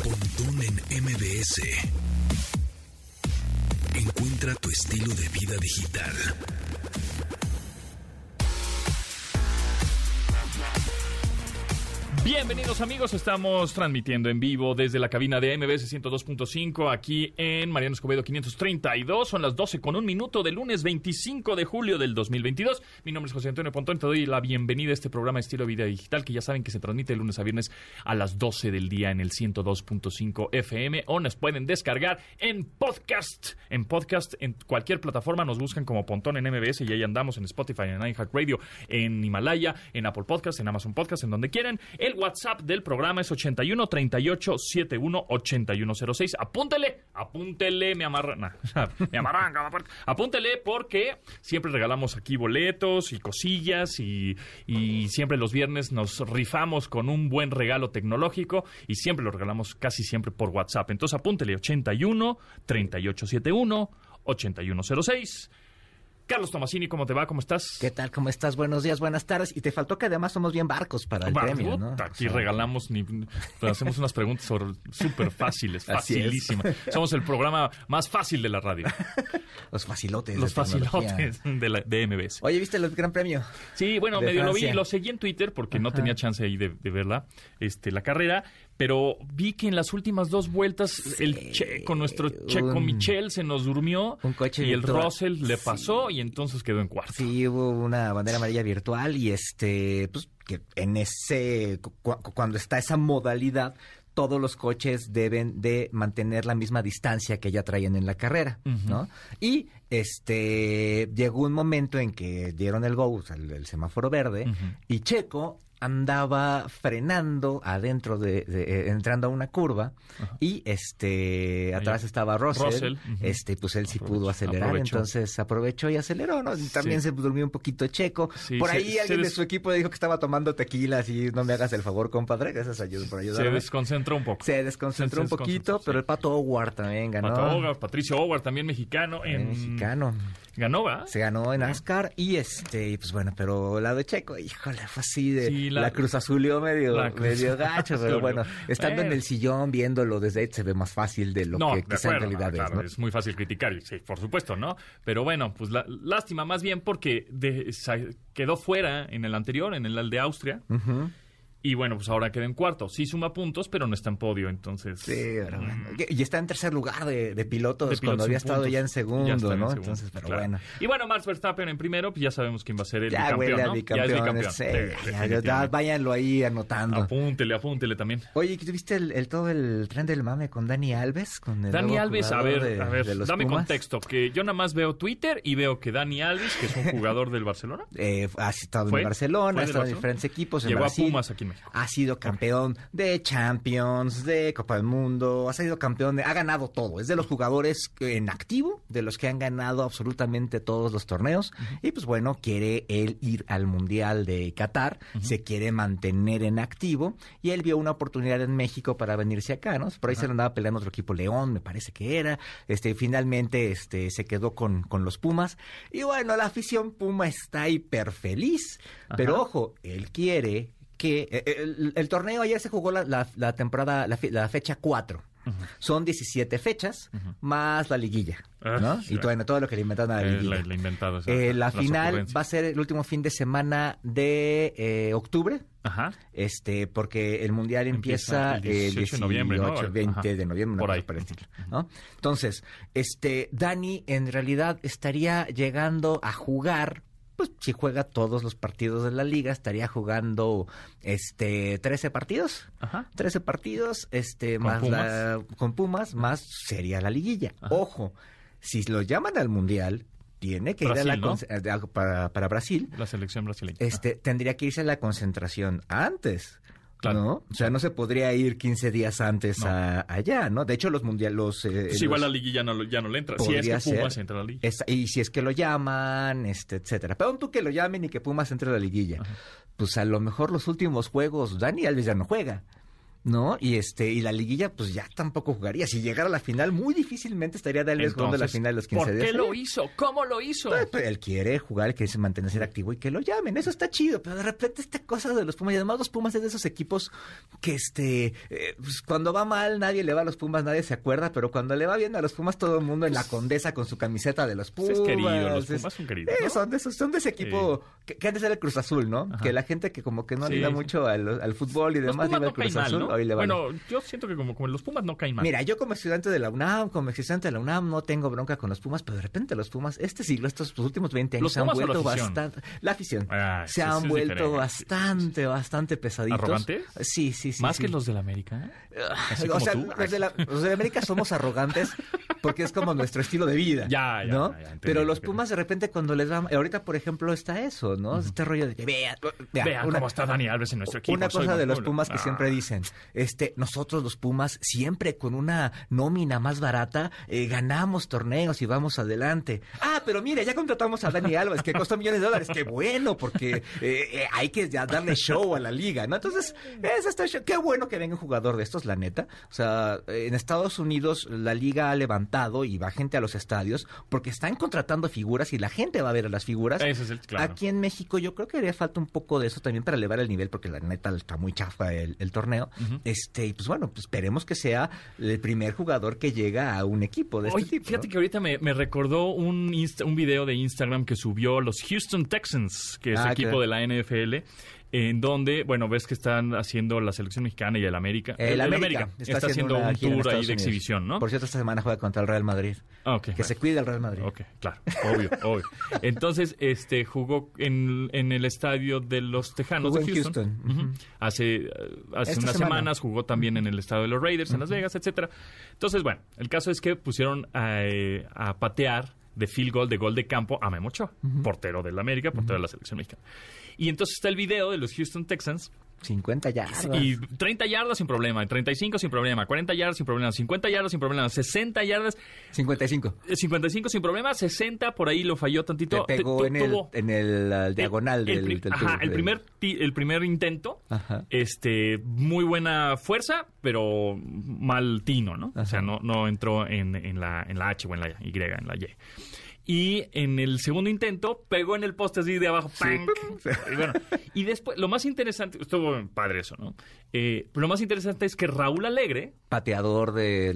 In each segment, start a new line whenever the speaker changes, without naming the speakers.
Pontón en MBS. Encuentra tu estilo de vida digital.
Bienvenidos amigos, estamos transmitiendo en vivo desde la cabina de MBS 102.5 aquí en Mariano Escobedo 532. Son las 12:01 del lunes 25 de julio del 2022. Mi nombre es José Antonio Pontón y te doy la bienvenida a este programa de estilo de vida digital que ya saben que se transmite de lunes a viernes a las 12 del día en el 102.5 FM o nos pueden descargar en podcast. En cualquier plataforma nos buscan como Pontón en MBS y ahí andamos en Spotify, en iHeartRadio, en Himalaya, en Apple Podcast, en Amazon Podcast, en donde quieran. El WhatsApp del programa es 81 38 71 8106. Apúntele, me amarran, apúntele porque siempre regalamos aquí boletos y cosillas y siempre los viernes nos rifamos con un buen regalo tecnológico y siempre lo regalamos casi siempre por WhatsApp. Entonces apúntele 81 38 71 8106. Carlos Tomasini, ¿cómo te va? ¿Cómo estás?
¿Qué tal? ¿Cómo estás? Buenos días, buenas tardes. Y te faltó que además somos bien barcos para el premio, ¿no?
Aquí regalamos, hacemos unas preguntas súper fáciles, facilísimas. Somos el programa más fácil de la radio.
Los facilotes.
Los facilotes de MBS.
Oye, ¿viste el Gran Premio?
Sí, bueno, medio lo vi, lo seguí en Twitter porque no tenía chance ahí de verla, la carrera. Pero vi que en las últimas dos vueltas nuestro Checo Michel se nos durmió y el Russell le pasó y entonces quedó en cuarto.
Sí, hubo una bandera amarilla virtual y pues que en cuando está esa modalidad, todos los coches deben de mantener la misma distancia que ya traían en la carrera, ¿no? Y llegó un momento en que dieron el go, o sea, el semáforo verde, y Checo andaba frenando adentro entrando a una curva y atrás estaba Russell, pues él sí pudo acelerar, entonces aprovechó y aceleró, ¿no? También se durmió un poquito Checo. Sí, por ahí alguien de su equipo dijo que estaba tomando tequila, así no me hagas el favor, compadre, gracias por ayudarme.
Se desconcentró un poco.
Se desconcentró un poquito, pero el Pato Howard también ganó.
Patricio Howard también mexicano.
Mexicano.
Ganó, ¿va?
Se ganó en NASCAR y pues bueno, pero el lado de Checo, híjole, fue así de la Cruz Azulió medio gacho, pero bueno, estando en el sillón viéndolo desde ahí se ve más fácil de lo que quizá en realidad es, ¿no?
Es muy fácil criticar, sí, por supuesto, ¿no? Pero bueno, pues lástima más bien porque quedó fuera en el anterior, en el de Austria. Y bueno, pues ahora queda en cuarto. Sí suma puntos, pero no está en podio, entonces...
Sí, pero bueno. Y está en tercer lugar de pilotos cuando había estado ya en segundo, ¿no? Entonces, pero claro. Bueno.
Y bueno, Max Verstappen en primero, pues ya sabemos quién va a ser el bicampeón, ¿no?
Ya es bicampeón. Sí, ya váyanlo ahí anotando.
Apúntele también.
Oye, ¿tuviste todo el tren del mame con Dani Alves?
Dani Alves, a ver, dame
Pumas?
contexto. Que yo nada más veo Twitter y veo que Dani Alves, que es un jugador del Barcelona...
ha estado en Barcelona, ha estado en diferentes equipos.
Llegó a Pumas aquí en México.
Ha sido campeón de Champions, de Copa del Mundo, ha ganado todo. Es de los jugadores en activo, de los que han ganado absolutamente todos los torneos. Y pues bueno, quiere él ir al Mundial de Qatar, se quiere mantener en activo. Y él vio una oportunidad en México para venirse acá, ¿no? Por ahí se le andaba peleando otro equipo, León, me parece que era. Finalmente se quedó con los Pumas. Y bueno, la afición Puma está hiper feliz. Pero ojo, él quiere que el torneo ayer se jugó la temporada, la fecha 4. Son 17 fechas más la liguilla, ¿no? Y todo lo que le inventaron a la liguilla. La final va a ser el último fin de semana de octubre. Porque el Mundial empieza el 18 de noviembre, ¿no? 20 de noviembre, por ahí, para el estilo, ¿no? Entonces, Dani en realidad estaría llegando a jugar. Pues si juega todos los partidos de la liga, estaría jugando 13 partidos. 13 partidos, con Pumas, más sería la liguilla. Ojo, si lo llaman al Mundial, tiene que ir para Brasil.
La selección brasileña.
Tendría que irse a la concentración antes.
Claro.
¿No? O sea, no se podría ir 15 días antes allá, ¿no? De hecho, los mundiales...
igual la liguilla ya no le entra. Si es que Pumas entra a la liguilla.
Y si es que lo llaman, etcétera. Pero tú que lo llamen y que Pumas entre a la liguilla. Pues a lo mejor los últimos juegos, Dani Alves ya no juega. ¿no? Y la liguilla, pues ya tampoco jugaría. Si llegara a la final, muy difícilmente estaría de jugando la final de los 15 días.
¿Por qué lo hizo? ¿Cómo lo hizo?
Pues él quiere jugar, quiere mantenerse activo y que lo llamen. Eso está chido, pero de repente esta cosa de los Pumas, y además los Pumas es de esos equipos que pues cuando va mal nadie le va a los Pumas, nadie se acuerda, pero cuando le va bien a los Pumas todo el mundo en la Condesa con su camiseta de los Pumas.
Es querido, los Pumas son queridos, ¿no?
Son de ese equipo que antes era el Cruz Azul, ¿no? Ajá. Que la gente que como que no le da mucho al fútbol y demás iba al Cruz Azul,
¿no?
Hoy le vale.
Bueno, yo siento que como los Pumas no caen mal.
Mira, yo como estudiante de la UNAM, no tengo bronca con los Pumas, pero de repente los Pumas, este siglo, estos últimos 20 años se han vuelto bastante... La afición. Se han vuelto bastante pesaditos.
¿Arrogantes?
Sí.
¿Más que los de la América?
O sea, los de la América somos arrogantes porque es como nuestro estilo de vida, ¿no? Ya, pero los Pumas de repente cuando les va... Ahorita, por ejemplo, está eso, ¿no? Uh-huh. Este rollo de que vean
cómo está Dani Alves en nuestro equipo.
Una cosa de los Pumas que siempre dicen, nosotros los Pumas siempre con una nómina más barata ganamos torneos y vamos adelante. Pero mire, ya contratamos a Dani Alves que costó $millones. Qué bueno, porque hay que ya darle show a la liga, ¿no? Entonces, qué bueno que venga un jugador de estos, la neta. O sea, en Estados Unidos la liga ha levantado y va gente a los estadios porque están contratando figuras y la gente va a ver a las figuras.
Ese es claro.
Aquí en México yo creo que haría falta un poco de eso también para elevar el nivel, porque la neta está muy chafa el torneo. Uh-huh. Y pues bueno, pues esperemos que sea el primer jugador que llega a un equipo de este tipo.
Fíjate,
¿no?
que ahorita me recordó un video de Instagram que subió los Houston Texans, que es equipo de la NFL, en donde, bueno, ves que están haciendo la selección mexicana y el América. El América está haciendo un tour ahí de exhibición, ¿no?
Por cierto, esta semana juega contra el Real Madrid. Se cuide el Real Madrid.
Ok, claro, obvio. Entonces, jugó en el estadio de los Tejanos de Houston. Uh-huh. Hace unas semanas jugó también en el estadio de los Raiders, en Las Vegas, etcétera. Entonces, bueno, el caso es que pusieron a patear de field goal, de gol de campo, a Memo Ochoa, portero del América, portero de la selección mexicana. Y entonces está el video de los Houston Texans.
50 yardas.
Y 30 yardas sin problema, 35 sin problema, 40 yardas sin problema, 50 yardas sin problema, 60 yardas.
55
sin problema, 60 por ahí lo falló tantito.
Te pegó en el diagonal del
el primer intento. Ajá. Muy buena fuerza, pero mal tino, ¿no? Ajá. O sea, no entró en la H o en la Y, en la Y. Y en el segundo intento pegó en el poste así de abajo. ¡Pang! Sí. Y después, lo más interesante, estuvo padre eso, ¿no? Lo más interesante es que Raúl Alegre,
pateador de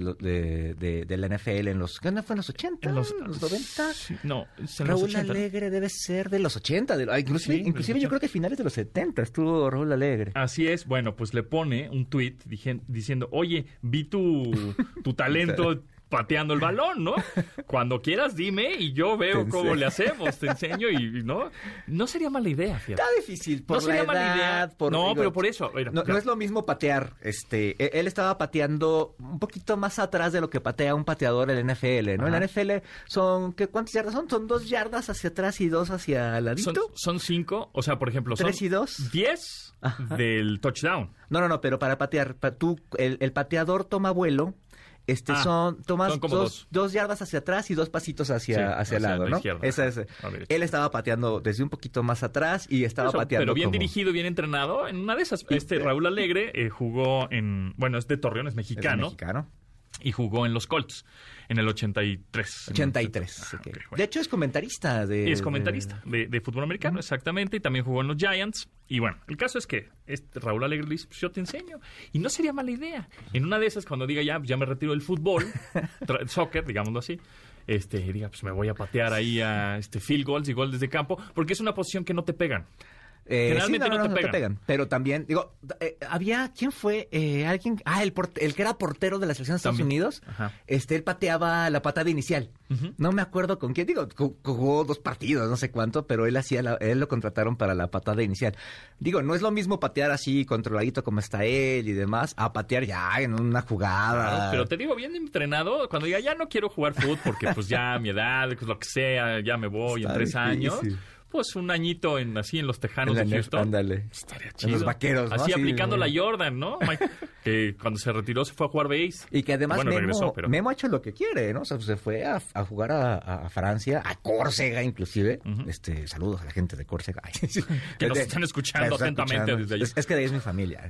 la NFL en los... ¿Qué fue en los 80? ¿En los 90?
Sí, no,
Raúl Alegre debe ser de los 80. Inclusive yo creo que finales de los 70 estuvo Raúl Alegre.
Así es. Bueno, pues le pone un tuit diciendo, oye, vi tu talento pateando el balón, ¿no? Cuando quieras dime y yo veo cómo le hacemos, te enseño y no sería mala idea, fíjate.
Está difícil por la edad,
mala idea. Pero por eso.
No es lo mismo patear. Él estaba pateando un poquito más atrás de lo que patea un pateador en la NFL, ¿no? Ajá. En la NFL ¿cuántas yardas son? ¿Son 2 yardas hacia atrás y 2 hacia el ladito?
Son 5, o sea, por ejemplo, son
3 y 2.
10 del touchdown.
No, pero para patear, el pateador toma vuelo. Tomas 2 yardas hacia atrás y 2 pasitos hacia el lado, ¿no? Esa es. Él estaba pateando desde un poquito más atrás y estaba pateando.
Pero bien dirigido, bien entrenado. En una de esas, Raúl Alegre jugó es de Torreón, es mexicano. Y jugó en los Colts en el 83.
83. Okay. De hecho, es comentarista de
fútbol americano, exactamente. Y también jugó en los Giants. Y bueno, el caso es que Raúl Alegre le dice, pues yo te enseño. Y no sería mala idea. En una de esas, cuando diga ya me retiro del fútbol, soccer, digámoslo así, diga, pues me voy a patear ahí a field goals y goles de campo, porque es una posición que no te pegan. Generalmente no te pegan. Pero también, ¿quién fue? Alguien, el que era portero de la selección de Estados Unidos. Ajá. Él pateaba la patada inicial. Uh-huh. No me acuerdo con quién, jugó 2 partidos, no sé cuánto, pero él lo contrataron para la patada inicial. No es lo mismo patear así controladito como está él y demás, a patear ya en una jugada. Claro, pero te digo, bien entrenado, cuando diga ya no quiero jugar fútbol porque pues ya a mi edad, pues lo que sea, ya me voy está en 3 años. pues un añito así en los Tejanos de Houston.
Ándale.
Estaría chido.
En los Vaqueros, ¿no?
Así
Sí,
aplicando
¿no?
la Jordan, ¿no? Mike? Que cuando se retiró se fue a jugar base.
Y que además
regresó, pero...
Memo ha hecho lo que quiere, ¿no? O sea, se fue a jugar a Francia, a Córcega inclusive. Saludos a la gente de Córcega.
Que nos están escuchando atentamente desde allí.
Es que de ahí es mi familia.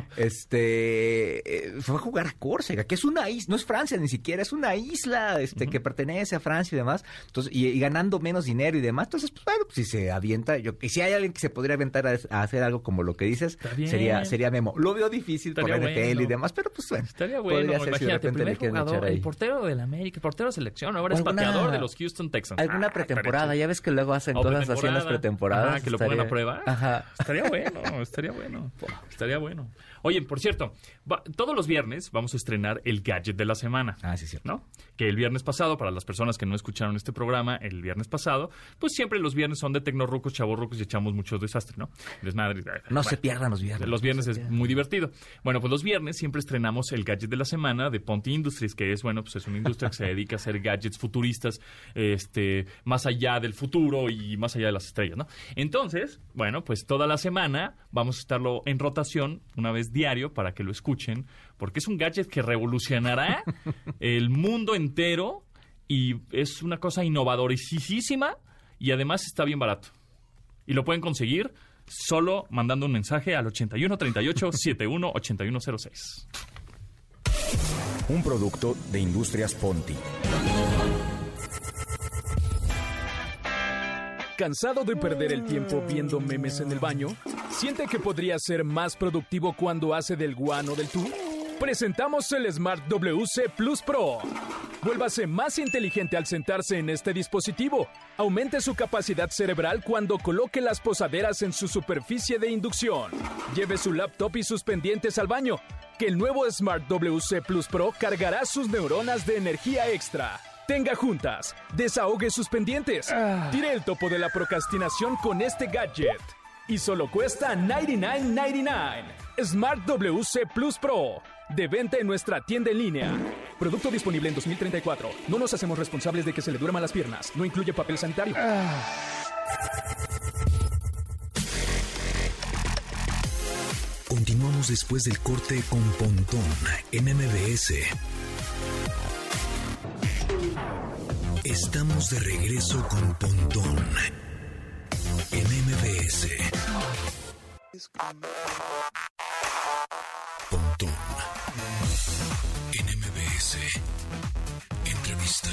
Fue a jugar a Córcega, que es una isla, no es Francia ni siquiera, es una isla que pertenece a Francia y demás. Entonces, y ganando menos dinero y demás. Entonces, pues bueno, si se avienta, y si hay alguien que se podría aventar a hacer algo como lo que dices, sería Memo. Lo veo difícil por la NFL y demás, pero pues bueno.
Estaría bueno, imagínate, el primer jugador, el portero del América, el portero de selección, ahora es pateador de los Houston Texans.
Alguna pretemporada, ya ves que luego hacen cosas así en las pretemporadas.
Ajá, que lo pongan a prueba.
Ajá.
Estaría bueno. Oye, por cierto, todos los viernes vamos a estrenar el gadget de la semana.
Ah, sí, cierto.
¿No? Que el viernes pasado, para las personas que no escucharon este programa, el viernes pasado, pues siempre los viernes son de tecnorrucos, chavorrucos y echamos mucho desastre, ¿no? Desmadre.
No se pierdan los viernes.
Los viernes es muy divertido. Bueno, pues los viernes siempre estrenamos el gadget de la semana de Ponte Industries, que es, bueno, pues es una industria que se dedica a hacer gadgets futuristas, más allá del futuro y más allá de las estrellas, ¿no? Entonces, bueno, pues toda la semana vamos a estarlo en rotación una vez diario para que lo escuchen, porque es un gadget que revolucionará el mundo entero y es una cosa innovadorísima y además está bien barato. Y lo pueden conseguir solo mandando un mensaje al 81 38 71 8106.
Un producto de Industrias Ponti.
¿Cansado de perder el tiempo viendo memes en el baño? ¿Siente que podría ser más productivo cuando hace del one o del two? Presentamos el Smart WC Plus Pro. Vuélvase más inteligente al sentarse en este dispositivo. Aumente su capacidad cerebral cuando coloque las posaderas en su superficie de inducción. Lleve su laptop y sus pendientes al baño, que el nuevo Smart WC Plus Pro cargará sus neuronas de energía extra. Tenga juntas, desahogue sus pendientes, tire el topo de la procrastinación con este gadget. Y solo cuesta $99.99. Smart WC Plus Pro. De venta en nuestra tienda en línea. Producto disponible en 2034. No nos hacemos responsables de que se le duerman las piernas. No incluye papel sanitario.
Continuamos después del corte con Pontón en MBS. Estamos de regreso con Pontón en MBS. Pontón en MBS. Entrevista.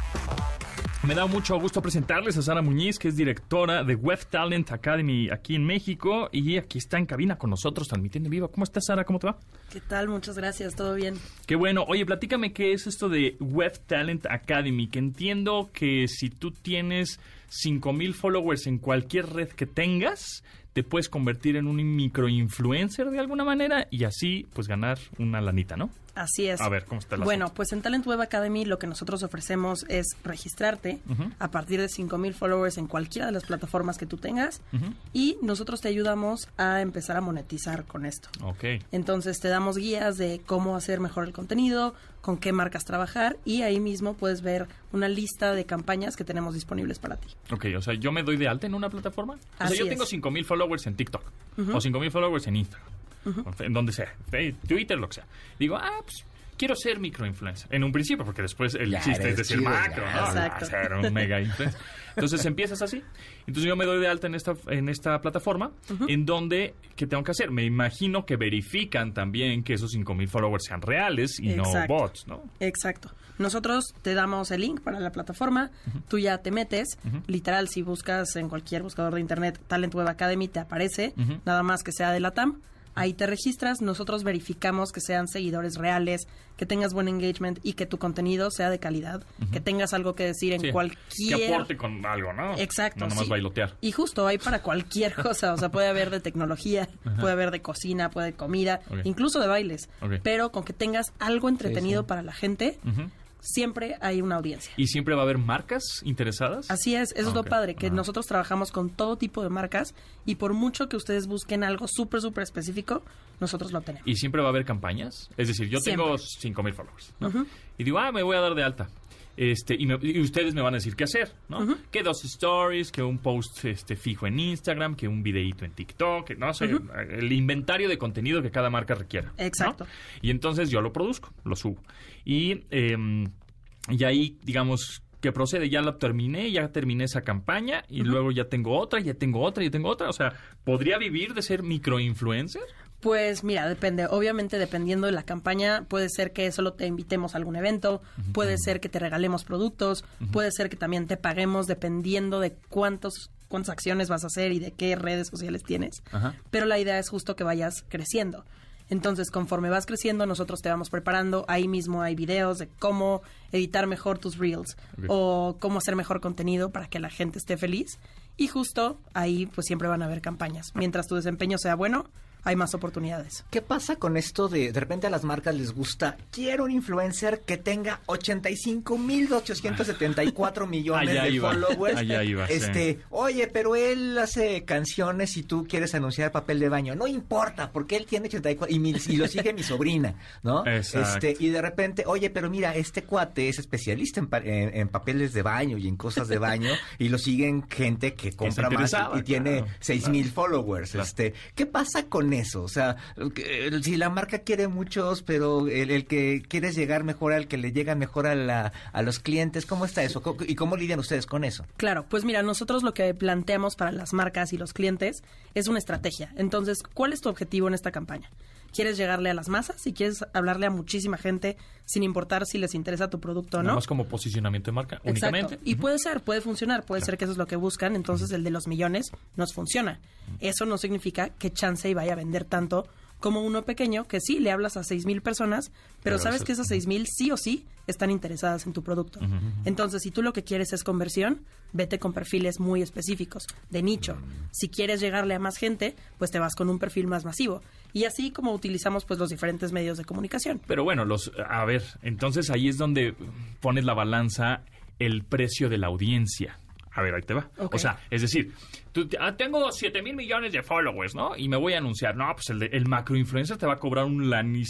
Me da mucho gusto presentarles a Sara Muñiz, que es directora de Web Talent Academy aquí en México, y aquí está en cabina con nosotros transmitiendo en vivo. ¿Cómo estás, Sara? ¿Cómo te va?
¿Qué tal? Muchas gracias, todo bien.
Qué bueno. Oye, platícame qué es esto de Web Talent Academy, que entiendo que si tú tienes 5,000 followers en cualquier red que tengas, te puedes convertir en un microinfluencer de alguna manera y así pues ganar una lanita, ¿no?
Así es.
A ver, ¿cómo está el
Bueno,
asunto?
pues en Talent Web Academy lo que nosotros ofrecemos es registrarte a partir de 5,000 followers en cualquiera de las plataformas que tú tengas y nosotros te ayudamos a empezar a monetizar con esto.
Ok.
Entonces te damos guías de cómo hacer mejor el contenido, con qué marcas trabajar y ahí mismo puedes ver una lista de campañas que tenemos disponibles para ti.
Ok, o sea, ¿yo me doy de alta en una plataforma? O
Así
sea, yo
es.
tengo 5,000 followers en TikTok o 5,000 followers en Instagram, en donde sea, Twitter, lo que sea. Digo, pues quiero ser microinfluencer. En un principio, porque después el
Ya
chiste es
eres
decir
chido,
macro,
ya.
¿no?
Exacto.
Ser un mega influencer. Entonces empiezas así. Entonces yo me doy de alta en esta plataforma, en donde, ¿qué tengo que hacer? Me imagino que verifican también que esos 5,000 followers sean reales y
Exacto.
no bots, ¿no?
Exacto. Nosotros te damos el link para la plataforma, tú ya te metes, literal, si buscas en cualquier buscador de internet Talent Web Academy te aparece, nada más que sea de la TAM, ahí te registras, nosotros verificamos que sean seguidores reales, que tengas buen engagement y que tu contenido sea de calidad, que tengas algo que decir en
Sí,
cualquier...
que aporte con algo, ¿no?
Exacto,
No nomás
sí.
bailotear.
Y justo hay para cualquier cosa, o sea, puede haber de tecnología, puede haber de cocina, puede de comida,
Ok.
incluso de bailes,
Ok.
pero con que tengas algo entretenido
sí.
para la gente, siempre hay una audiencia.
¿Y siempre va a haber marcas interesadas?
Así es, eso es lo
Ok.
padre, que
Ajá.
nosotros trabajamos con todo tipo de marcas y por mucho que ustedes busquen algo súper, súper específico, nosotros lo tenemos.
¿Y siempre va a haber campañas? Es decir, yo tengo
Siempre.
5,000 followers, ¿no? Y digo, me voy a dar de alta. y ustedes me van a decir qué hacer, ¿no? Que 2 stories, que un post fijo en Instagram, que un videíto en TikTok, que no sé, el inventario de contenido que cada marca requiera.
Exacto.
¿No? Y entonces yo lo produzco, lo subo. Y ahí, digamos, que procede, ya terminé esa campaña y luego ya tengo otra. O sea, ¿podría vivir de ser microinfluencer?
Pues mira, depende. Obviamente, dependiendo de la campaña, puede ser que solo te invitemos a algún evento, puede ser que te regalemos productos, puede ser que también te paguemos dependiendo de cuántas acciones vas a hacer y de qué redes sociales tienes. Pero la idea es justo que vayas creciendo. Entonces, conforme vas creciendo, nosotros te vamos preparando. Ahí mismo hay videos de cómo editar mejor tus Reels o cómo hacer mejor contenido para que la gente esté feliz. Y justo ahí, pues siempre van a haber campañas. Mientras tu desempeño sea bueno, hay más oportunidades.
¿Qué pasa con esto de repente a las marcas les gusta, quiero un influencer que tenga 85,874 millones de followers?
Allá iba, sí.
Oye, pero él hace canciones y tú quieres anunciar papel de baño. No importa, porque él tiene 84 y lo sigue mi sobrina, ¿no?
Exacto.
Y de repente, oye, pero mira, este cuate es especialista en papeles de baño y en cosas de baño y lo siguen gente que compra más y tiene 6,000 followers. Claro. ¿Qué pasa con eso? O sea, si la marca quiere muchos, pero el que quieres llegar mejor, al que le llega mejor a los clientes, ¿cómo está eso? ¿Y cómo lidian ustedes con eso?
Claro, pues mira, nosotros lo que planteamos para las marcas y los clientes es una estrategia. Entonces, ¿cuál es tu objetivo en esta campaña? ¿Quieres llegarle a las masas? ¿Y quieres hablarle a muchísima gente sin importar si les interesa tu producto o no?
Nada más como posicionamiento de marca, únicamente.
Y puede funcionar, puede ser que eso es lo que buscan, entonces el de los millones nos funciona. Eso no significa que Chansey vaya a vender tanto como uno pequeño, que sí, le hablas a 6,000 personas, pero sabes que esas 6,000 sí o sí están interesadas en tu producto. Entonces, si tú lo que quieres es conversión, vete con perfiles muy específicos, de nicho. Si quieres llegarle a más gente, pues te vas con un perfil más masivo. Y así como utilizamos pues los diferentes medios de comunicación.
Pero bueno, a ver, entonces ahí es donde pones la balanza el precio de la audiencia. A ver, ahí te va. Okay. O sea, es decir, tengo 7,000 millones de followers, ¿no? Y me voy a anunciar. No, pues el macroinfluencer te va a cobrar un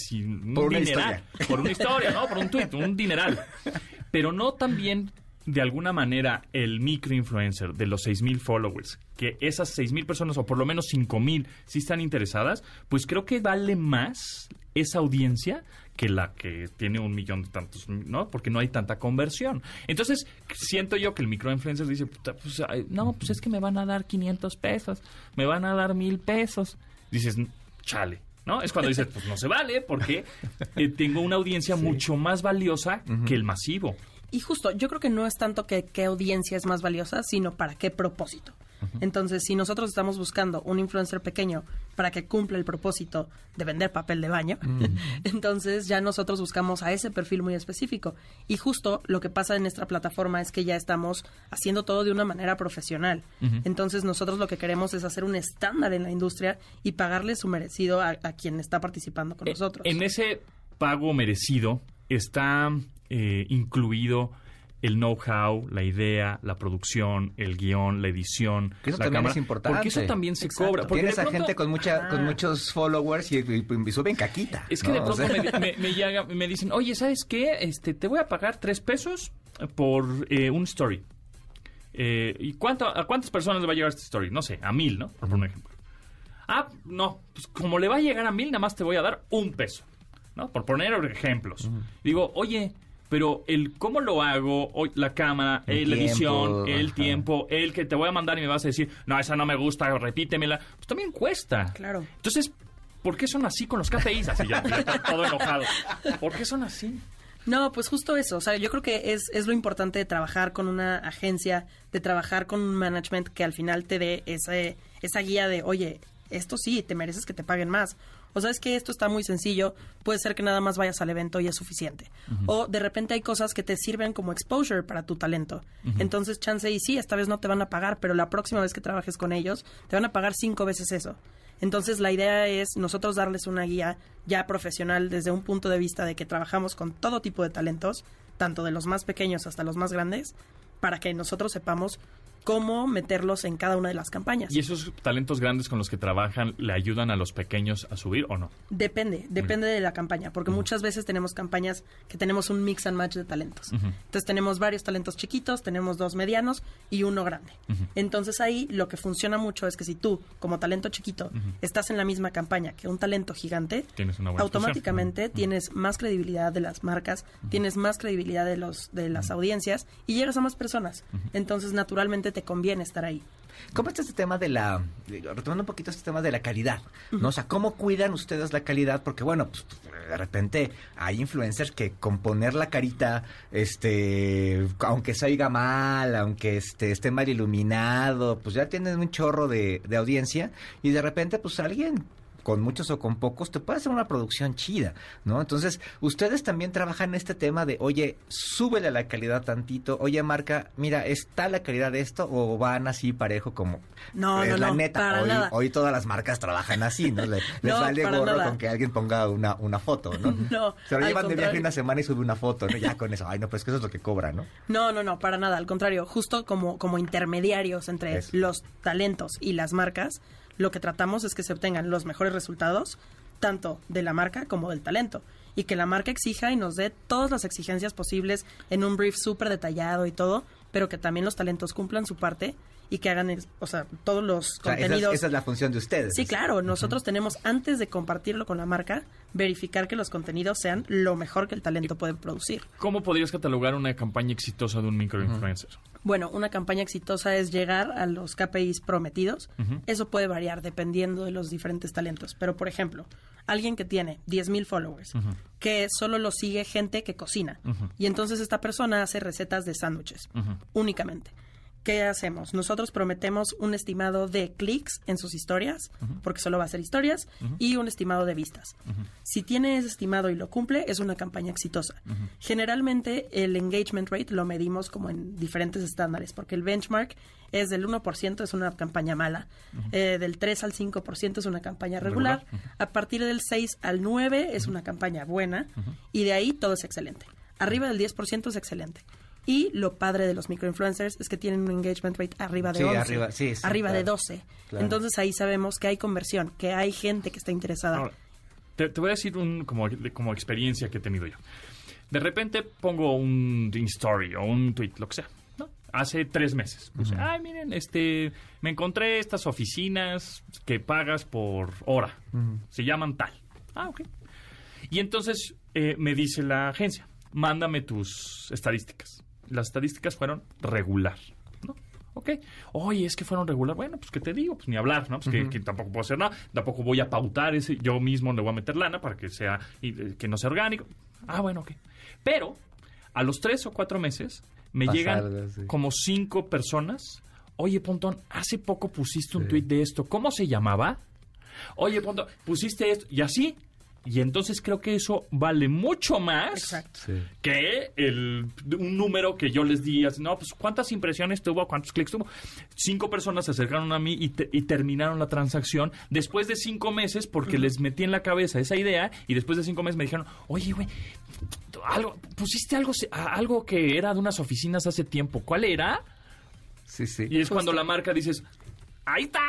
dineral. Por una historia, ¿no? Por un tweet, un dineral. Pero no también, de alguna manera, el microinfluencer de los 6,000 followers, que esas 6,000 personas, o por lo menos 5,000, sí están interesadas, pues creo que vale más esa audiencia que la que tiene 1,000,000 de tantos, ¿no? Porque no hay tanta conversión. Entonces, siento yo que el microinfluencer dice, pues es que me van a dar 500 pesos, me van a dar 1,000 pesos. Dices, chale, ¿no? Es cuando dices, pues no se vale, porque tengo una audiencia mucho más valiosa que el masivo.
Y justo, yo creo que no es tanto que qué audiencia es más valiosa, sino para qué propósito. Entonces, si nosotros estamos buscando un influencer pequeño para que cumpla el propósito de vender papel de baño, entonces ya nosotros buscamos a ese perfil muy específico. Y justo lo que pasa en nuestra plataforma es que ya estamos haciendo todo de una manera profesional. Entonces, nosotros lo que queremos es hacer un estándar en la industria y pagarle su merecido a quien está participando con nosotros.
En ese pago merecido está incluido el know-how, la idea, la producción, el guión, la edición,
que eso
la
también
cámara,
es importante.
porque eso también se cobra. Porque
tienes a gente con muchos followers y suben caquita.
Es que ¿no? De pronto me dicen, oye, ¿sabes qué? Te voy a pagar 3 pesos por un story. ¿Y a cuántas personas le va a llegar este story? No sé, a 1,000, ¿no? Por un ejemplo. No, pues como le va a llegar a 1,000, nada más te voy a dar 1 peso, ¿no? Por poner ejemplos. Digo, oye, pero ¿cómo lo hago? La cámara, la edición, el tiempo, el que te voy a mandar y me vas a decir, no, esa no me gusta, repítemela. Pues también cuesta.
Claro.
Entonces, ¿por qué son así con los KPIs? Así ya está todo enojado. ¿Por qué son así?
No, pues justo eso. O sea, yo creo que es lo importante de trabajar con una agencia, de trabajar con un management que al final te dé esa guía de, oye, esto sí, te mereces que te paguen más. O sabes que esto está muy sencillo, puede ser que nada más vayas al evento y es suficiente. O de repente hay cosas que te sirven como exposure para tu talento. Entonces, chance y sí, esta vez no te van a pagar, pero la próxima vez que trabajes con ellos, te van a pagar 5 veces eso. Entonces, la idea es nosotros darles una guía ya profesional desde un punto de vista de que trabajamos con todo tipo de talentos, tanto de los más pequeños hasta los más grandes, para que nosotros sepamos cómo meterlos en cada una de las campañas.
¿Y esos talentos grandes con los que trabajan le ayudan a los pequeños a subir o no?
Depende de la campaña, porque muchas veces tenemos campañas que tenemos un mix and match de talentos. Entonces tenemos varios talentos chiquitos, tenemos 2 medianos y 1 grande. Entonces ahí lo que funciona mucho es que si tú, como talento chiquito, estás en la misma campaña que un talento gigante,
Tienes una buena
automáticamente tienes más credibilidad de las marcas, tienes más credibilidad de las audiencias y llegas a más personas. Entonces naturalmente te conviene estar ahí.
¿Cómo está este tema retomando un poquito este tema de la calidad, ¿no? O sea, ¿cómo cuidan ustedes la calidad? Porque, bueno, pues, de repente hay influencers que con poner la carita, aunque se oiga mal, aunque esté mal iluminado, pues ya tienen un chorro de audiencia y de repente, pues alguien con muchos o con pocos, te puede hacer una producción chida, ¿no? Entonces, ustedes también trabajan en este tema de, oye, súbele la calidad tantito, oye, marca, mira, ¿está la calidad de esto? ¿O van así parejo como...
No,
la neta,
para nada.
hoy todas las marcas trabajan así, ¿no? Les vale
para
gorro
nada.
con que alguien ponga una foto, ¿no?
No,
se lo
al
llevan de viaje
contrario.
una semana y sube una foto, ¿no? Ya con eso, ay, no, pues que eso es lo que cobra, ¿no?
No, para nada. Al contrario, justo como intermediarios entre
Eso.
los talentos y las marcas, lo que tratamos es que se obtengan los mejores resultados, tanto de la marca como del talento. Y que la marca exija y nos dé todas las exigencias posibles en un brief súper detallado y todo, pero que también los talentos cumplan su parte y que hagan, todos los
O sea,
contenidos.
esa es la función de ustedes.
Sí, claro. Nosotros tenemos, antes de compartirlo con la marca, verificar que los contenidos sean lo mejor que el talento puede producir.
¿Cómo podrías catalogar una campaña exitosa de un microinfluencer?
Bueno, una campaña exitosa es llegar a los KPIs prometidos. Eso puede variar dependiendo de los diferentes talentos. Pero, por ejemplo, alguien que tiene 10,000 followers, que solo lo sigue gente que cocina. Y entonces esta persona hace recetas de sándwiches, únicamente. ¿Qué hacemos? Nosotros prometemos un estimado de clics en sus historias, porque solo va a ser historias, y un estimado de vistas. Si tiene ese estimado y lo cumple, es una campaña exitosa. Generalmente, el engagement rate lo medimos como en diferentes estándares, porque el benchmark es del 1%, es una campaña mala, del 3 al 5% es una campaña regular, a partir del 6 al 9 es una campaña buena, y de ahí todo es excelente. Arriba del 10% es excelente. Y lo padre de los microinfluencers es que tienen un engagement rate arriba de 11, arriba de 12.
Claro.
Entonces ahí sabemos que hay conversión, que hay gente que está interesada.
Ahora, te voy a decir como experiencia que he tenido yo. De repente pongo un story o un tweet, lo que sea, ¿no? Hace 3 meses. Puse, ay, miren, me encontré estas oficinas que pagas por hora. Se llaman tal. Ah, ok. Y entonces me dice la agencia, mándame tus estadísticas. Las estadísticas fueron regular, ¿no? Ok. Oye, es que fueron regular. Bueno, pues, ¿qué te digo? Pues ni hablar, ¿no? Pues que tampoco puedo hacer nada. Tampoco voy a pautar ese. Yo mismo le voy a meter lana para que sea, que no sea orgánico. Ah, bueno, ok. Pero, a los 3 o 4 meses, me llegan como 5 personas. Oye, Pontón, hace poco pusiste un tuit de esto. ¿Cómo se llamaba? Oye, Pontón, pusiste esto. Y así. Y entonces creo que eso vale mucho más que un número que yo les di. No, pues ¿cuántas impresiones tuvo? ¿Cuántos clics tuvo? 5 personas se acercaron a mí y terminaron la transacción después de 5 meses porque les metí en la cabeza esa idea y después de 5 meses me dijeron, oye, güey, pusiste algo que era de unas oficinas hace tiempo. ¿Cuál era?
Sí.
Y es cuando la marca dices... ¡Ahí está!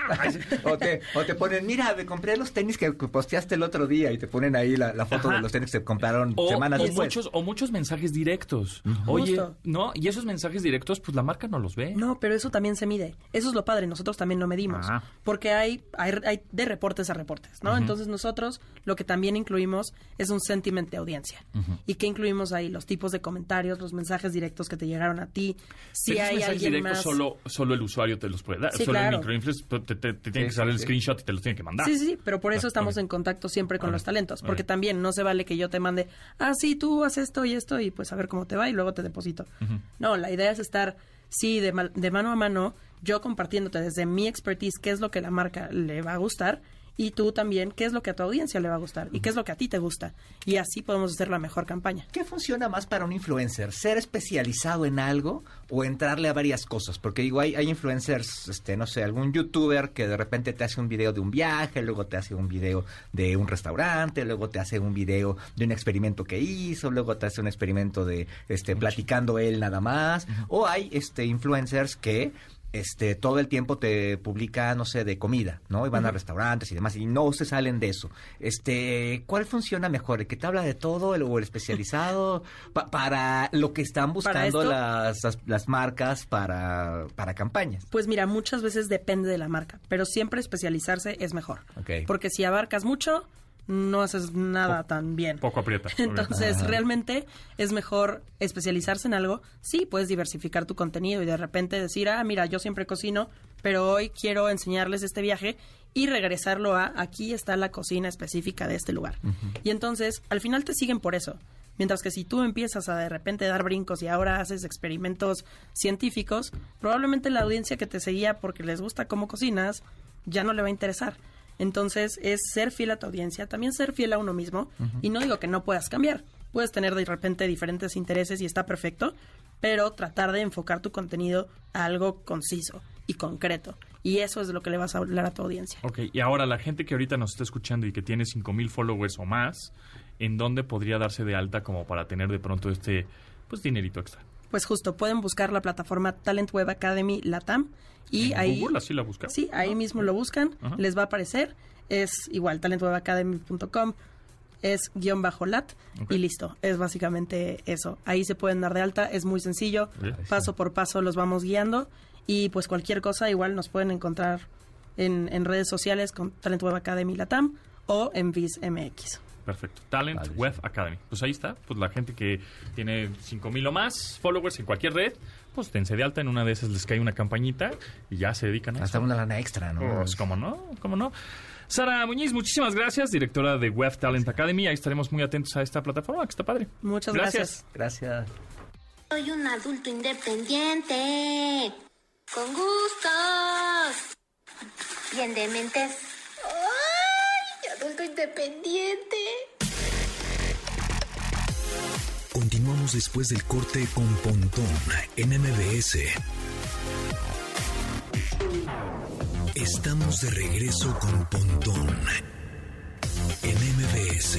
o te ponen, mira, me compré los tenis que posteaste el otro día y te ponen ahí la foto de los tenis que se compraron semanas después.
Muchos mensajes directos. Oye, ¿no? Y esos mensajes directos, pues la marca no los ve.
No, pero eso también se mide. Eso es lo padre, nosotros también lo medimos. Porque hay de reportes a reportes, ¿no? Entonces nosotros lo que también incluimos es un sentiment de audiencia. ¿Y qué incluimos ahí? Los tipos de comentarios, los mensajes directos que te llegaron a ti. Si
pero
hay
mensajes
alguien
directos
más...
solo el usuario te los puede dar.
Sí,
solo
claro.
el microinfluencer te tiene que salir el screenshot y te los tiene que mandar.
Sí, pero por eso estamos en contacto siempre con los talentos. Porque también no se vale que yo te mande, sí, tú haces esto y esto y pues a ver cómo te va y luego te deposito. No, la idea es estar, de mano a mano, yo compartiéndote desde mi expertise qué es lo que la marca le va a gustar y tú también qué es lo que a tu audiencia le va a gustar y qué es lo que a ti te gusta. Y así podemos hacer la mejor campaña.
¿Qué funciona más para un influencer? ¿Ser especializado en algo o entrarle a varias cosas? Porque digo, hay influencers, no sé, algún youtuber que de repente te hace un video de un viaje, luego te hace un video de un restaurante, luego te hace un video de un experimento que hizo, luego te hace un experimento de platicando él nada más. O hay influencers que todo el tiempo te publica, no sé, de comida, ¿no? Y van a restaurantes y demás, y no se salen de eso. ¿Cuál funciona mejor? ¿El que te habla de todo o el especializado? Para lo que están buscando las marcas para campañas.
Pues mira, muchas veces depende de la marca, pero siempre especializarse es mejor.
Okay.
Porque si abarcas mucho, no haces nada tan bien.
Poco aprieta.
Entonces, realmente es mejor especializarse en algo. Sí, puedes diversificar tu contenido y de repente decir, mira, yo siempre cocino, pero hoy quiero enseñarles este viaje y regresarlo aquí está la cocina específica de este lugar. Y entonces, al final te siguen por eso. Mientras que si tú empiezas a de repente dar brincos y ahora haces experimentos científicos, probablemente la audiencia que te seguía porque les gusta cómo cocinas, ya no le va a interesar. Entonces, es ser fiel a tu audiencia, también ser fiel a uno mismo. Y no digo que no puedas cambiar. Puedes tener de repente diferentes intereses y está perfecto, pero tratar de enfocar tu contenido a algo conciso y concreto. Y eso es de lo que le vas a hablar a tu audiencia.
Ok, y ahora la gente que ahorita nos está escuchando y que tiene 5,000 followers o más, ¿en dónde podría darse de alta como para tener de pronto dinerito extra?
Pues justo, pueden buscar la plataforma Talent Web Academy Latam. Y
¿En
ahí,
Google así la buscan?
Sí, ahí mismo lo buscan, les va a aparecer, es igual, talentwebacademy.com, es _lat, y listo, es básicamente eso. Ahí se pueden dar de alta, es muy sencillo, paso por paso los vamos guiando, y pues cualquier cosa igual nos pueden encontrar en redes sociales con Talent Web Academy Latam o en VizMX.
Perfecto. Talent Web Academy. Pues ahí está. Pues la gente que tiene 5,000 o más followers en cualquier red, pues dense de alta. En una de esas les cae una campañita y ya se dedican a eso.
Hasta una lana extra, ¿no?
Pues cómo no. Sara Muñiz, muchísimas gracias, directora de Web Talent Academy. Ahí estaremos muy atentos a esta plataforma, que está padre.
Muchas gracias.
Gracias.
Soy un adulto independiente, con gustos, bien dementes. ¡Ay, adulto independiente!
Continuamos después del corte con Pontón en MBS. Estamos de regreso con Pontón en MBS.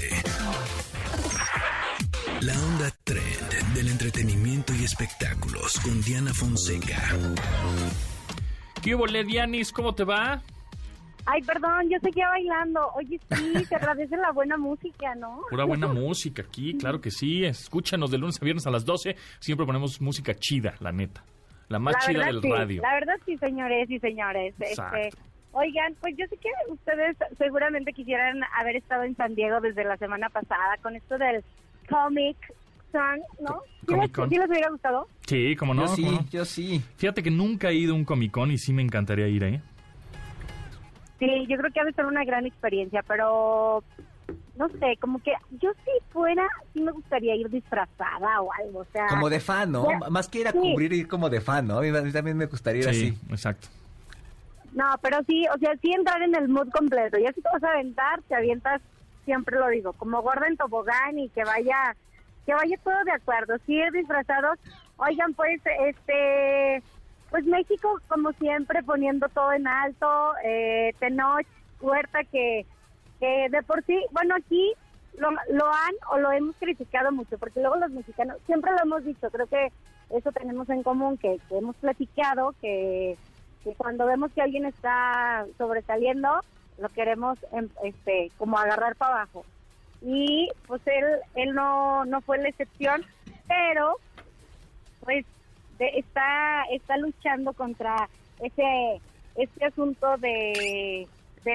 La onda trend del entretenimiento y espectáculos con Diana Fonseca.
¿Qué hubo, Dianis? ¿Cómo te va?
Ay, perdón, yo seguía bailando. Oye, sí, te agradece la buena música, ¿no?
Pura buena música aquí, claro que sí. Escúchanos de lunes a viernes a las 12. Siempre ponemos música chida, la neta. La más chida del radio.
La verdad sí, señores y señores. Oigan, pues yo sé que ustedes seguramente quisieran haber estado en San Diego desde la semana pasada con esto del Comic Con, ¿no? ¿Sí les hubiera gustado?
Sí, ¿cómo no?
Yo sí.
Fíjate que nunca he ido a un Comic Con y sí me encantaría ir, ¿eh?
Sí, yo creo que ha de ser una gran experiencia, pero no sé, como que yo si fuera, sí me gustaría ir disfrazada o algo, o sea...
Como de fan, ¿no? Más que ir a cubrir, ir como de fan, ¿no? A mí también me gustaría ir así.
Sí, exacto.
No, pero sí, o sea, sí entrar en el mood completo. Ya si te vas a aventar, te avientas, siempre lo digo, como gorda en tobogán y que vaya todo de acuerdo. Sí, ir disfrazados. Oigan, pues, pues México, como siempre, poniendo todo en alto. Tenoch, Huerta, que de por sí, bueno, aquí lo hemos criticado mucho, porque luego los mexicanos, siempre lo hemos dicho, creo que eso tenemos en común, que hemos platicado, que cuando vemos que alguien está sobresaliendo, lo queremos como agarrar para abajo. Y pues él no fue la excepción, pero pues está luchando contra ese asunto del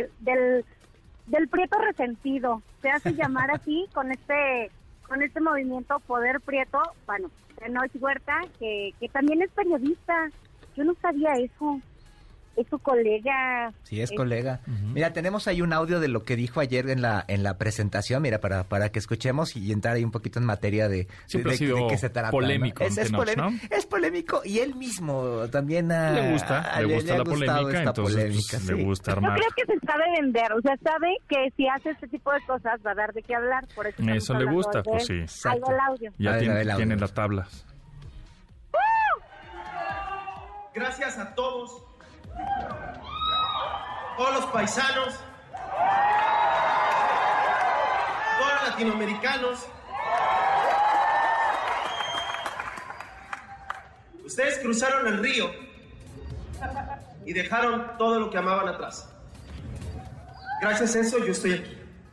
prieto resentido. Se hace llamar así con este movimiento Poder Prieto. Bueno, Tenoch Huerta, que también es periodista. Yo no sabía eso. Es su colega.
Sí, es colega. Mira, tenemos ahí un audio de lo que dijo ayer en la presentación, mira, para que escuchemos y entrar ahí un poquito en materia de qué se trata.
Polémico,
¿no? Es polémico, ¿no? Es polémico y él mismo también
le gusta la polémica, entonces pues,
sí.
Le gusta armar.
Yo creo que se sabe vender, o sea, sabe que si hace este tipo de cosas va a dar de qué hablar, por eso
le gusta, pues sí.
Ahí va el audio.
Ya tiene las tablas.
Gracias a todos los paisanos, todos los latinoamericanos. Ustedes cruzaron el río y dejaron todo lo que amaban atrás. Gracias a eso yo estoy aquí.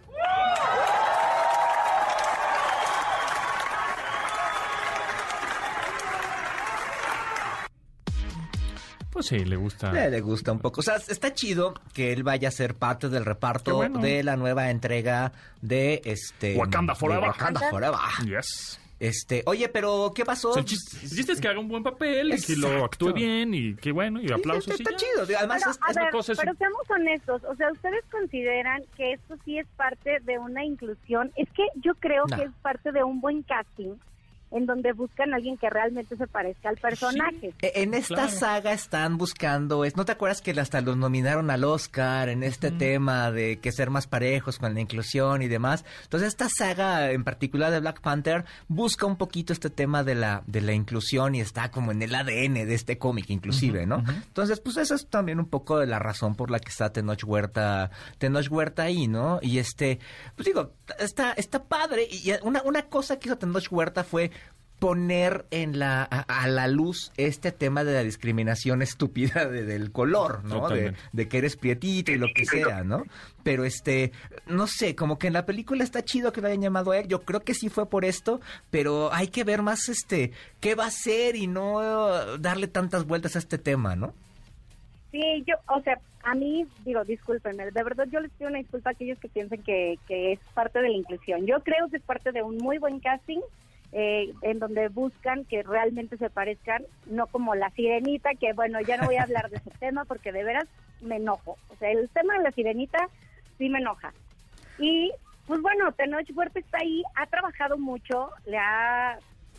Pues sí, le gusta.
Le gusta un poco. O sea, está chido que él vaya a ser parte del reparto de la nueva entrega de
Wakanda Forever.
de Wakanda Forever.
Yes.
Oye, pero ¿qué pasó?
O sea, el chiste es que haga un buen papel, y que lo actúe bien, y qué bueno, y aplausos.
Está chido. Además,
pero seamos honestos. O sea, ¿ustedes consideran que esto sí es parte de una inclusión? Es que yo creo que es parte de un buen casting, en donde buscan a alguien que realmente se parezca al personaje.
Sí, en esta saga están buscando, ¿no te acuerdas que hasta los nominaron al Oscar en este tema de que ser más parejos con la inclusión y demás? Entonces esta saga en particular de Black Panther busca un poquito este tema de la inclusión y está como en el ADN de este cómic inclusive, ¿no? Entonces pues esa es también un poco de la razón por la que está Tenoch Huerta ahí, ¿no? Y pues digo, está padre. Y una cosa que hizo Tenoch Huerta fue poner a la luz este tema de la discriminación estúpida del color, ¿no? De que eres prietito y lo que sea, ¿no? Pero no sé, como que en la película está chido que lo hayan llamado a él. Yo creo que sí fue por esto, pero hay que ver más qué va a ser y no darle tantas vueltas a este tema, ¿no?
Sí, o sea, a mí, discúlpenme, de verdad yo les pido una disculpa a aquellos que piensen que es parte de la inclusión. Yo creo que es parte de un muy buen casting, en donde buscan que realmente se parezcan, no como la Sirenita, que bueno, ya no voy a hablar de ese tema porque de veras me enojo. O sea, el tema de la Sirenita sí me enoja. Y pues bueno, Tenoch Huerta está ahí, ha trabajado mucho, le ha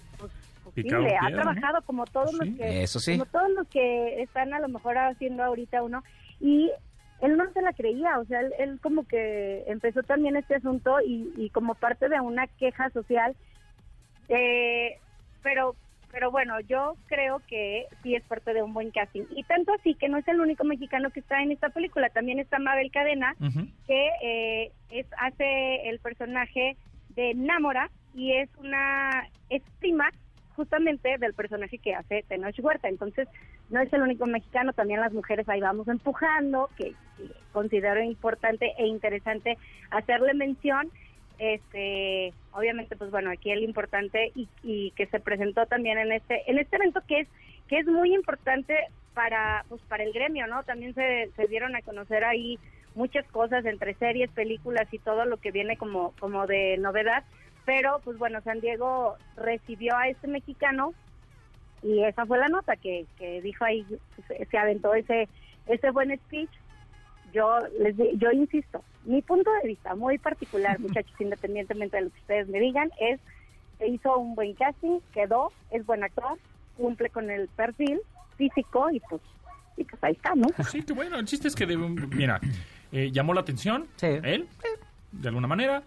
trabajado como todos los que como todos los que están a lo mejor haciendo ahorita uno, y él no se la creía. O sea, él como que empezó también este asunto y como parte de una queja social. Pero bueno, yo creo que sí es parte de un buen casting. Y tanto así que no es el único mexicano que está en esta película. También está Mabel Cadena, que hace el personaje de Námora y es prima justamente del personaje que hace Tenoch Huerta. Entonces, no es el único mexicano, también las mujeres ahí vamos empujando, que considero importante e interesante hacerle mención. Obviamente pues bueno, aquí el importante y que se presentó también en este evento que es muy importante para el gremio, ¿no? También se dieron a conocer ahí muchas cosas entre series, películas y todo lo que viene como de novedad, pero pues bueno, San Diego recibió a este mexicano y esa fue la nota que dijo ahí, se aventó ese buen speech. Yo insisto, mi punto de vista muy particular, muchachos, independientemente de lo que ustedes me digan, se hizo un buen casting, es buen actor, cumple con el perfil físico y pues ahí está, ¿no?
Sí, qué bueno. El chiste es que, mira, llamó la atención él, de alguna manera,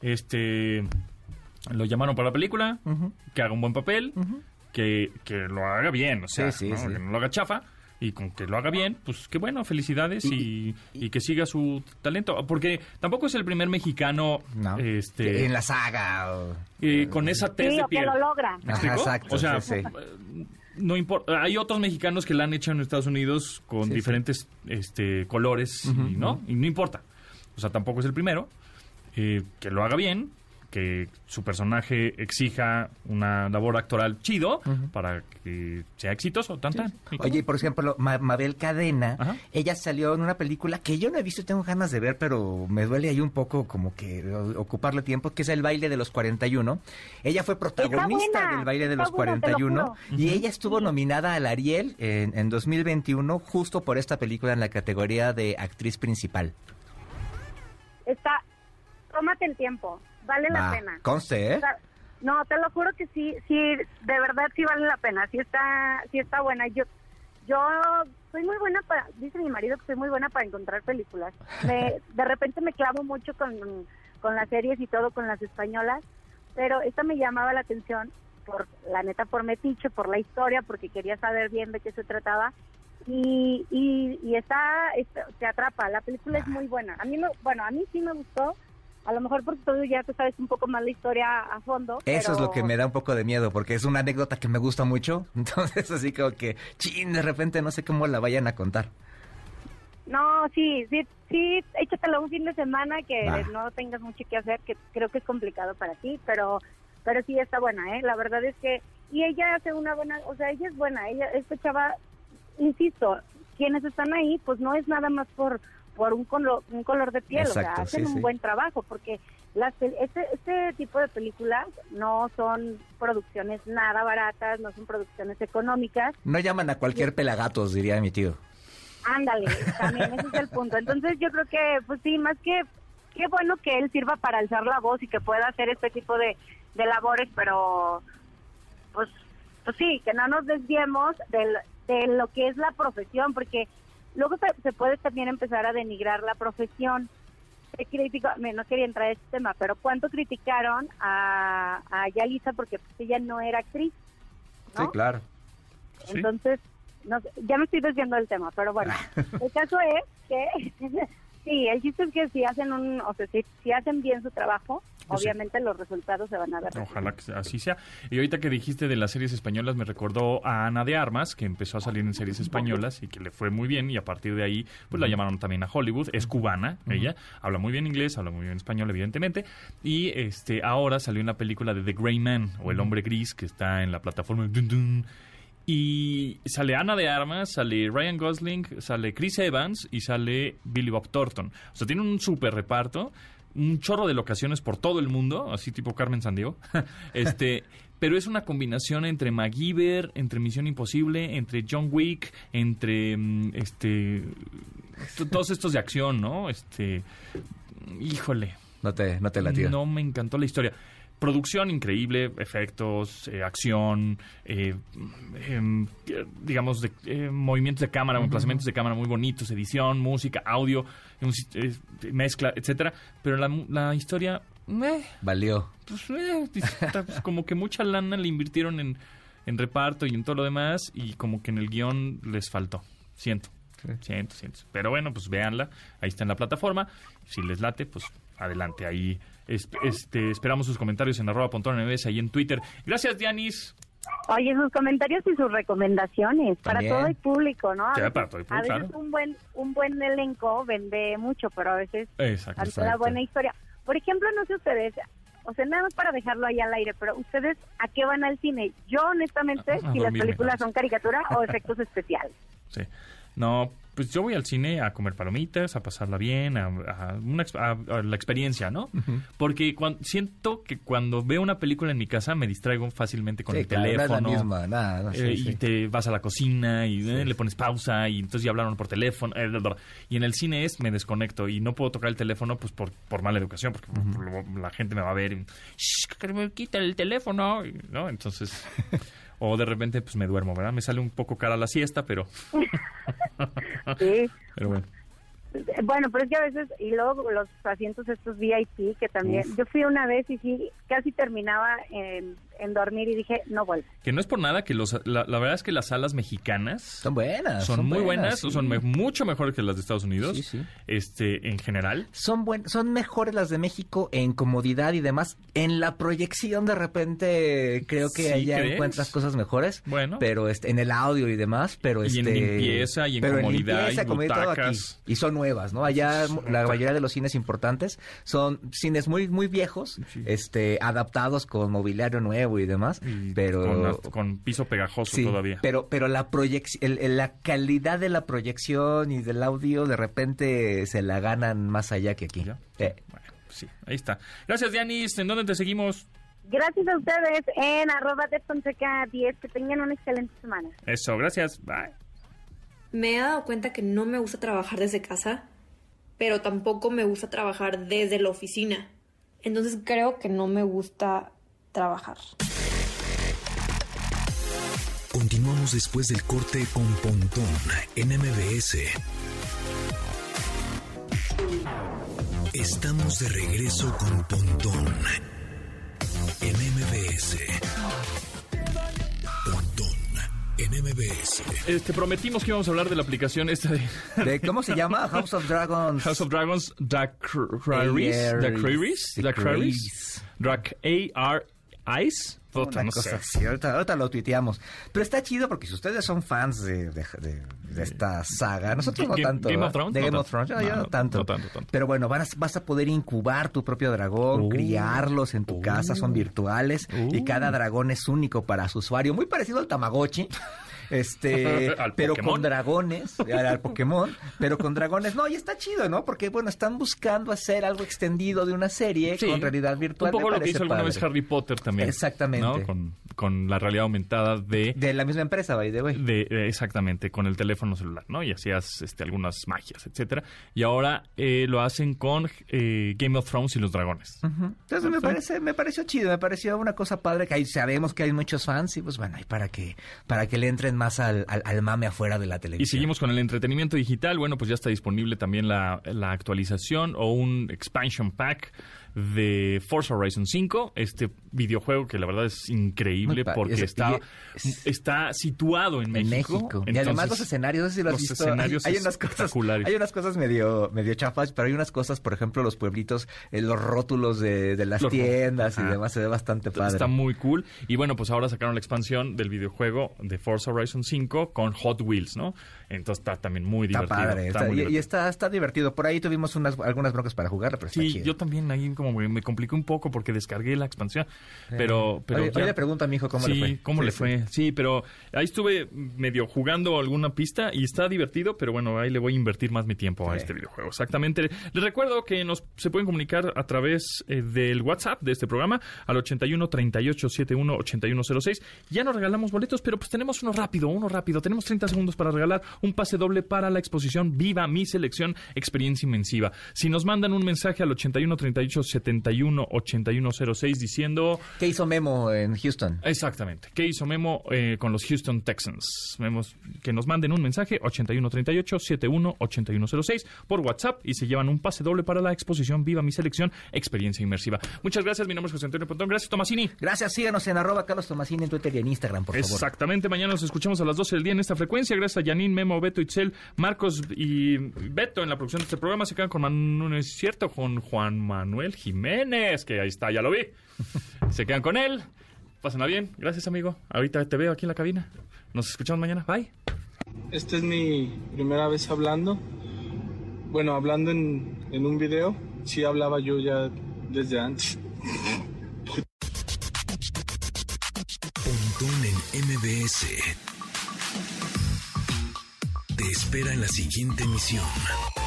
lo llamaron para la película, que haga un buen papel, que lo haga bien, o sea, que no lo haga chafa. Y con que lo haga bien, pues qué bueno, felicidades y que siga su talento. Porque tampoco es el primer mexicano
en la saga.
Con esa tez de piel.
Que lo logra.
Exacto.
O sea, no importa. Hay otros mexicanos que la han hecho en Estados Unidos con diferentes colores, y no importa. O sea, tampoco es el primero. Que lo haga bien, que su personaje exija una labor actoral chido para que sea exitoso.
Oye, por ejemplo, Mabel Cadena, ella salió en una película que yo no he visto y tengo ganas de ver, pero me duele ahí un poco como que ocuparle tiempo, que es El baile de los 41. Ella fue protagonista del baile de los 41 y ella estuvo nominada al Ariel en 2021 justo por esta película en la categoría de actriz principal.
Tómate el tiempo. Vale la pena.
Conste, ¿eh?
O sea, no, te lo juro que sí, de verdad sí vale la pena. Sí está buena. Yo soy muy buena dice mi marido que soy muy buena para encontrar películas. De repente me clavo mucho con las series y todo, con las españolas, pero esta me llamaba la atención por metiche, por la historia, porque quería saber bien de qué se trataba. Y te atrapa. La película es muy buena. A mí sí me gustó. A lo mejor porque tú ya te sabes un poco más la historia a fondo.
Eso es lo que me da un poco de miedo, porque es una anécdota que me gusta mucho. Entonces, así como que, de repente no sé cómo la vayan a contar.
No, sí, échatelo un fin de semana que
Va.
no tengas mucho que hacer, que creo que es complicado para ti, pero sí está buena, ¿eh? La verdad es que, y ella hace una buena, o sea, ella es buena, esta chava, insisto, quienes están ahí, pues no es nada más por un color de piel,
Exacto,
o sea, hacen un buen trabajo, porque este tipo de películas no son producciones nada baratas, no son producciones económicas.
No llaman a cualquier pelagatos, diría mi tío.
Ándale, también ese es el punto. Entonces yo creo que, pues sí, más que qué bueno que él sirva para alzar la voz y que pueda hacer este tipo de labores, pero pues sí, que no nos desviemos de lo que es la profesión, porque luego se puede también empezar a denigrar la profesión. No quería entrar a este tema, pero ¿cuánto criticaron a Yalitza porque pues, ella no era actriz? ¿no?
Sí, claro.
Entonces, no sé, ya me estoy desviando del tema, pero bueno, el caso es que sí, el chiste es que si hacen si hacen bien su trabajo, pues obviamente los resultados se van a ver.
Ojalá que así sea. Y ahorita que dijiste de las series españolas, me recordó a Ana de Armas, que empezó a salir en series españolas y que le fue muy bien, y a partir de ahí, pues la llamaron también a Hollywood. Es cubana, ella, habla muy bien inglés, habla muy bien español, evidentemente, y ahora salió una película de The Gray Man, o El Hombre Gris, que está en la plataforma Dun Dun. Y sale Ana de Armas, sale Ryan Gosling, sale Chris Evans y sale Billy Bob Thornton. O sea, tiene un súper reparto, un chorro de locaciones por todo el mundo, así tipo Carmen Sandiego. Pero es una combinación entre MacGyver, entre Misión Imposible, entre John Wick, entre todos estos de acción, ¿no? Híjole.
No te latió.
No me encantó la historia. Producción increíble, efectos, acción, digamos, movimientos de cámara, emplazamientos de cámara muy bonitos, edición, música, audio, mezcla, etcétera. Pero la historia...
Valió.
Pues, como que mucha lana le invirtieron en reparto y en todo lo demás, y como que en el guión les faltó. Siento. Pero bueno, pues véanla. Ahí está en la plataforma. Si les late, pues adelante. Ahí esperamos sus comentarios en @pontón.mbs, ahí en Twitter. Gracias, Dianis.
Oye, sus comentarios y sus recomendaciones para todo el público, ¿no?
Para todo el público,
a veces
claro.
un buen elenco vende mucho, pero a veces ante la buena historia. Por ejemplo, no sé ustedes, o sea, nada más para dejarlo ahí al aire, pero ¿ustedes a qué van al cine? Yo, honestamente, si las películas son caricatura o efectos especiales.
Sí. No, pues yo voy al cine a comer palomitas, a pasarla bien, a la experiencia, ¿no? Uh-huh. Porque siento que cuando veo una película en mi casa me distraigo fácilmente con el teléfono.
No es la misma,
y te vas a la cocina y le pones pausa y entonces ya hablaron por teléfono. Y en el cine me desconecto y no puedo tocar el teléfono pues por mala educación, porque la gente me va a ver y que me quita el teléfono, ¿no? Entonces... O de repente, pues me duermo, ¿verdad? Me sale un poco cara la siesta, pero...
Sí.
Pero bueno.
Bueno, pero es que a veces, y luego los asientos estos VIP, que también... Yo fui una vez y sí, casi terminaba en dormir y dije, no vuelvo.
Que no es por nada, que la verdad es que las salas mexicanas...
Son buenas.
Son muy buenas, sí. Son mucho mejores que las de Estados Unidos.
Sí.
En general.
Son mejores las de México en comodidad y demás. En la proyección, de repente, creo que allá encuentras cosas mejores.
Bueno.
Pero en el audio y demás, pero
y en limpieza, y en comodidad, y
butacas. Y son nuevas, ¿no? Allá la mayoría de los cines importantes son cines muy, muy viejos, adaptados con mobiliario nuevo y demás, pero
con piso pegajoso todavía.
Pero la la calidad de la proyección y del audio de repente se la ganan más allá que aquí.
Bueno, sí, ahí está. Gracias, Dianis. ¿En dónde te seguimos?
Gracias a ustedes en @DefConseca10. Que tengan una excelente semana.
Eso, gracias. Bye.
Me he dado cuenta que no me gusta trabajar desde casa, pero tampoco me gusta trabajar desde la oficina. Entonces creo que no me gusta trabajar.
Continuamos después del corte con Pontón en MBS. Estamos de regreso con Pontón en MBS. Pontón en MBS.
Prometimos que íbamos a hablar de la aplicación esta
de ¿cómo se llama? House of Dragons.
House of Dragons, Dracarys. Ice.
Una cosa así, ahorita lo tuiteamos. Pero está chido porque si ustedes son fans de esta saga, nosotros no tanto.
Game of Thrones.
De Game of Thrones, yo no tanto. Pero bueno, vas a poder incubar tu propio dragón, criarlos en tu casa, son virtuales y cada dragón es único para su usuario, muy parecido al Tamagotchi. Pero
Pokémon.
con dragones, al Pokémon, pero con dragones, no, y está chido, ¿no? Porque, bueno, están buscando hacer algo extendido de una serie con realidad virtual.
Un poco lo que hizo alguna vez Harry Potter también.
Exactamente.
¿no? Con la realidad aumentada de
la misma empresa, by the way.
Exactamente, con el teléfono celular, ¿no? Y hacías algunas magias, etcétera. Y ahora lo hacen con Game of Thrones y los dragones.
Entonces me pareció chido, me pareció una cosa padre, que ahí sabemos que hay muchos fans y pues bueno, y para que le entren más al mame afuera de la televisión.
Y seguimos con el entretenimiento digital. Bueno, pues ya está disponible también la actualización o un expansion pack de Forza Horizon 5, este videojuego que la verdad es increíble porque está situado en México.
Y además los escenarios, no sé si lo has visto, hay unas cosas medio chafas, pero hay unas cosas, por ejemplo, los pueblitos, los rótulos de las tiendas y demás, se ve bastante padre.
Está muy cool. Y bueno, pues ahora sacaron la expansión del videojuego de Forza Horizon 5 con Hot Wheels, ¿no? Entonces está también muy divertido.
Padre, está divertido. Por ahí tuvimos algunas broncas para jugarla, pero está chido.
Yo también ahí como me compliqué un poco porque descargué la expansión, pero
hoy le pregunto a mi hijo cómo le fue.
¿Cómo le fue? Sí, pero ahí estuve medio jugando alguna pista y está divertido, pero bueno, ahí le voy a invertir más mi tiempo a este videojuego. Exactamente. Les recuerdo que se pueden comunicar a través del WhatsApp de este programa al 81 38 71 8106. Ya nos regalamos boletos, pero pues tenemos uno rápido. Tenemos 30 segundos para regalar un pase doble para la exposición Viva mi Selección, Experiencia Inmersiva. Si nos mandan un mensaje al 81 38 71 8106 diciendo...
¿Qué hizo Memo en Houston?
Exactamente. ¿Qué hizo Memo con los Houston Texans? Que nos manden un mensaje 81 38 71 8106 por WhatsApp y se llevan un pase doble para la exposición Viva mi Selección, Experiencia Inmersiva. Muchas gracias. Mi nombre es José Antonio Pontón. Gracias, Tomasini.
Gracias. Síganos en @CarlosTomasini en Twitter y en Instagram, por favor.
Exactamente. Mañana nos escuchamos a las 12 del día en esta frecuencia. Gracias a Janine, Memo, Beto, Itzel, Marcos y Beto en la producción de este programa. Se quedan con Juan Manuel Jiménez, que ahí está, ya lo vi. Se quedan con él. Pásenla bien. Gracias, amigo. Ahorita te veo aquí en la cabina. Nos escuchamos mañana. Bye.
Esta es mi primera vez hablando. Bueno, hablando en un video. Sí hablaba yo ya desde antes.
Pontón en MBS. Te espera en la siguiente emisión.